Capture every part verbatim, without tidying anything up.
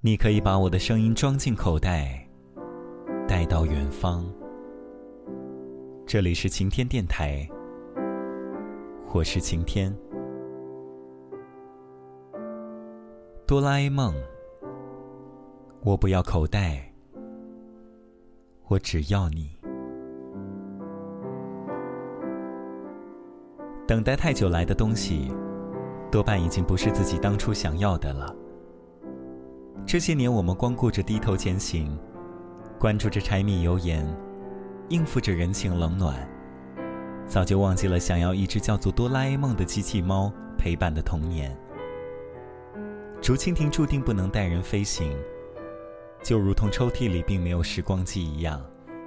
你可以把我的声音装进口袋，带到远方。这里是晴天电台，我是晴天。哆啦 A 梦，我不要口袋，我只要你。等待太久来的东西，多半已经不是自己当初想要的了。这些年我们光顾着低头前行，关注着柴米油盐，应付着人情冷暖，早就忘记了想要一只叫做哆啦 A 梦的机器猫陪伴的童年。竹蜻蜓注定不能带人飞行，就如同抽屉里并没有时光机一样。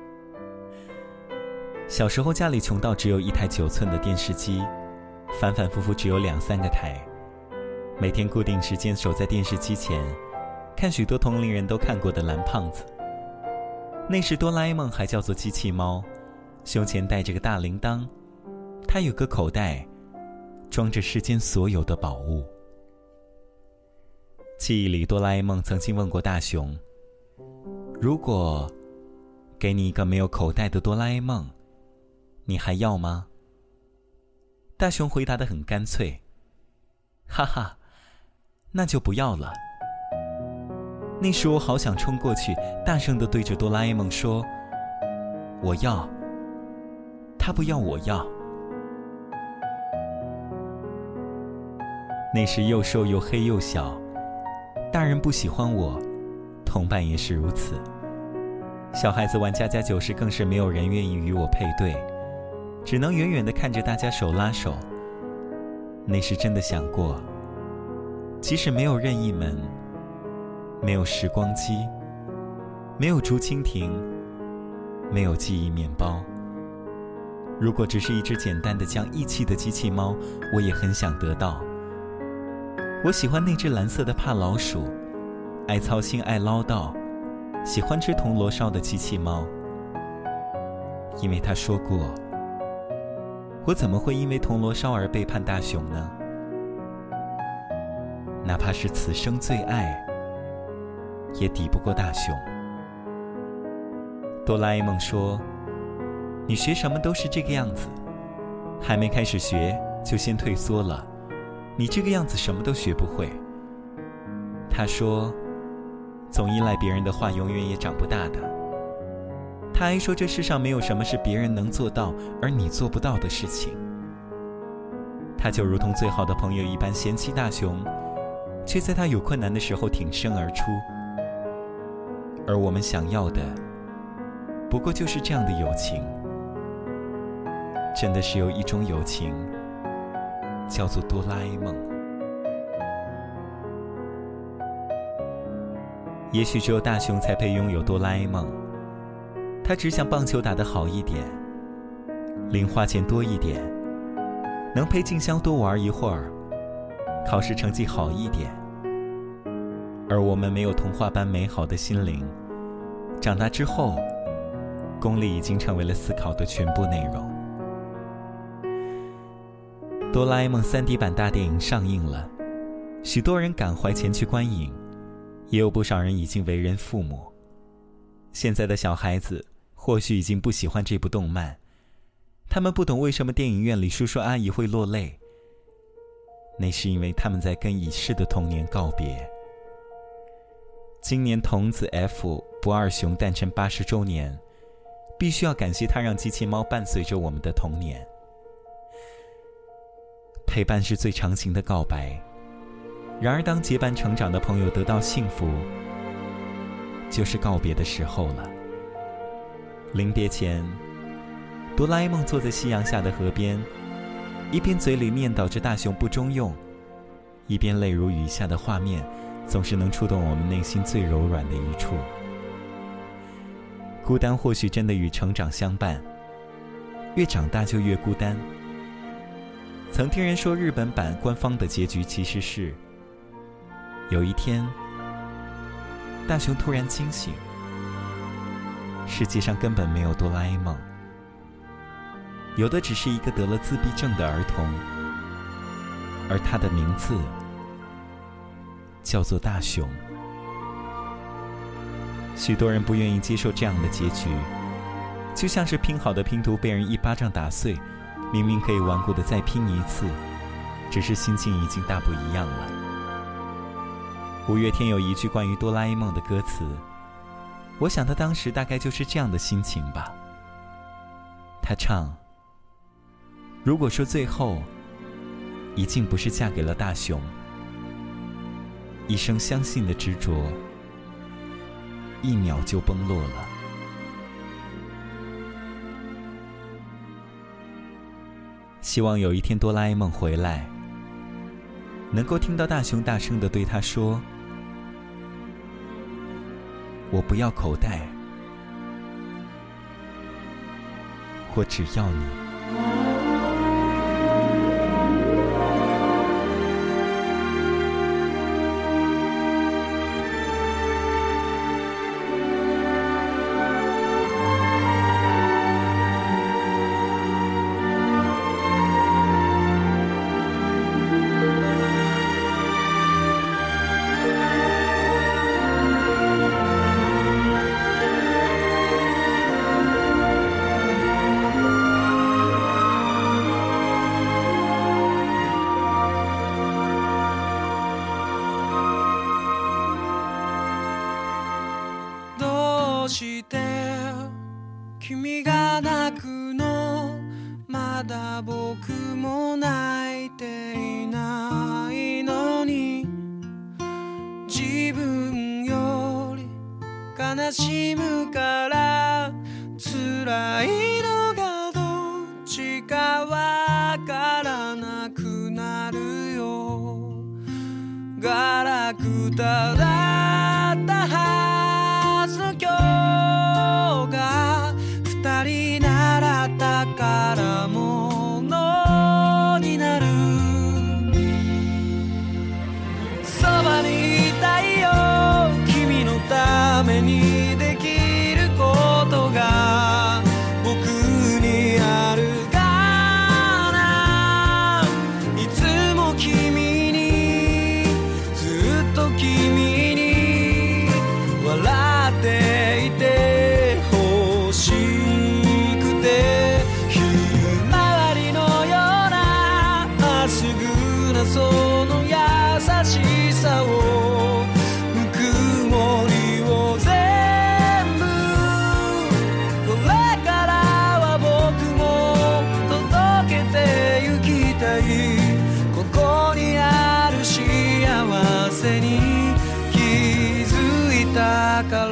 小时候家里穷到只有一台九寸的电视机，反反复复只有两三个台，每天固定时间守在电视机前，看许多同龄人都看过的蓝胖子。那时哆啦 A 梦还叫做机器猫，胸前带着个大铃铛，它有个口袋，装着世间所有的宝物。记忆里哆啦 A 梦曾经问过大雄，如果给你一个没有口袋的哆啦 A 梦，你还要吗？大雄回答得很干脆，哈哈，那就不要了。那时我好想冲过去，大声地对着哆啦 A 梦说，我要，他不要我要。那时又瘦又黑又小，大人不喜欢我，同伴也是如此。小孩子玩家家酒时更是没有人愿意与我配对，只能远远地看着大家手拉手。那时真的想过，即使没有任意门，没有时光机，没有竹蜻蜓，没有记忆面包，如果只是一只简单的讲义气的机器猫，我也很想得到。我喜欢那只蓝色的怕老鼠，爱操心爱唠叨，喜欢吃铜锣烧的机器猫，因为他说过，我怎么会因为铜锣烧而背叛大雄呢？哪怕是此生最爱，也抵不过大雄。哆啦 A 梦说，你学什么都是这个样子，还没开始学就先退缩了，你这个样子什么都学不会。他说，总依赖别人的话永远也长不大的。他还说，这世上没有什么是别人能做到而你做不到的事情。他就如同最好的朋友一般嫌弃大雄，却在他有困难的时候挺身而出。而我们想要的，不过就是这样的友情。真的是有一种友情，叫做哆啦 A 梦。也许只有大雄才配拥有哆啦 A 梦，他只想棒球打得好一点，零花钱多一点，能陪静香多玩一会儿，考试成绩好一点。而我们没有童话般美好的心灵，长大之后，功利已经成为了思考的全部内容。哆啦 A 梦 三 D 版大电影上映了，许多人赶怀前去观影，也有不少人已经为人父母。现在的小孩子或许已经不喜欢这部动漫，他们不懂为什么电影院里叔叔阿姨会落泪，那是因为他们在跟已逝的童年告别。今年童子 F 不二雄诞辰八十周年，必须要感谢他让机器猫伴随着我们的童年。陪伴是最长情的告白，然而当结伴成长的朋友得到幸福，就是告别的时候了。临别前，哆啦 A 梦坐在夕阳下的河边，一边嘴里念叨着大雄不中用，一边泪如雨下的画面总是能触动我们内心最柔软的一处。孤单或许真的与成长相伴，越长大就越孤单。曾听人说，日本版官方的结局其实是，有一天大雄突然惊醒，世界上根本没有哆啦 A 梦，有的只是一个得了自闭症的儿童，而他的名字叫做大雄。 许多人不愿意接受这样的结局，就像是拼好的拼图被人一巴掌打碎，明明可以顽固的再拼一次，只是心境已经大不一样了。五月天有一句关于哆啦 A 梦的歌词，我想他当时大概就是这样的心情吧。他唱，如果说最后一定不是嫁给了大雄，一生相信的执着一秒就崩落了。希望有一天哆啦 A 梦回来，能够听到大雄大声地对他说，我不要口袋，我只要你。 どうして君が泣くの、まだ僕も泣いていないのに、自分より悲しむから辛いのがどっちかわからなくなるよ。ガラクタだったはずの今日が二人習ったからものになる。そばにいたいよ、君のためにできることが僕にあるかな。いつも君にずっと君に笑っていて欲しくて、ひまわりのようなまっすぐなその優しさを、ぬくもりを全部、これからは僕も届けてゆきたい。ここにある幸せに気づいたから。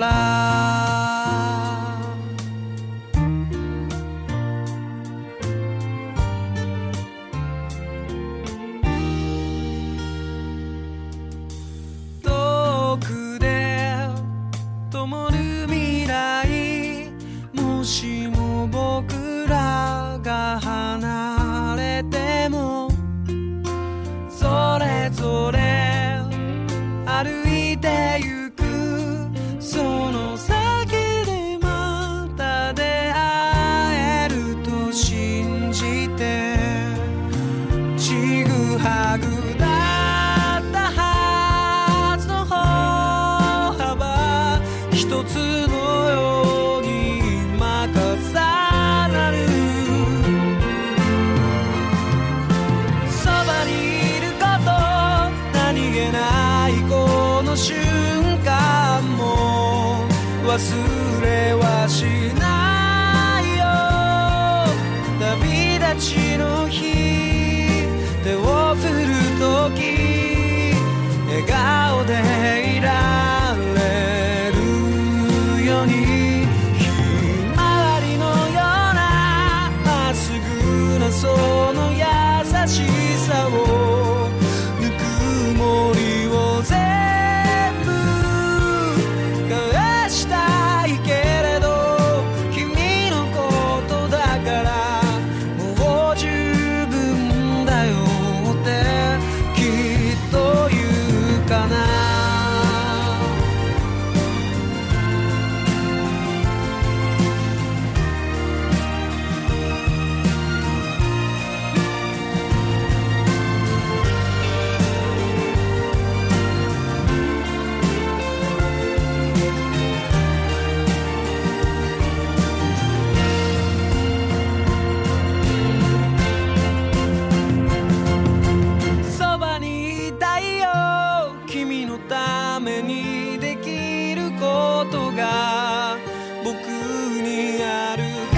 遠くで灯る未来、もしも僕らが離れても、それぞれ歩いてゆく、その先でまた出会えると信じて、ちぐはぐだったはずの歩幅、一つのように今重なる。そばにいること、何気ないこの瞬間も忘れはしないよ。旅立ちの日、手を振るとき、笑顔でいられるように、ひまわりのようなまっすぐなその優しさを、ぬくもりを全部返したいけれど、君のことだからもう十分だよってきっと言うかな。 ことが僕にあるか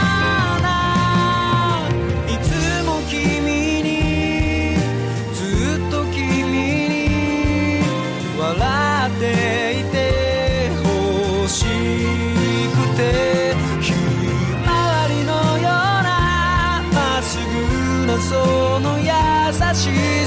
な。いつも君にずっと君に笑っていて欲しくて、ひまわりのようなまっすぐなその優しさ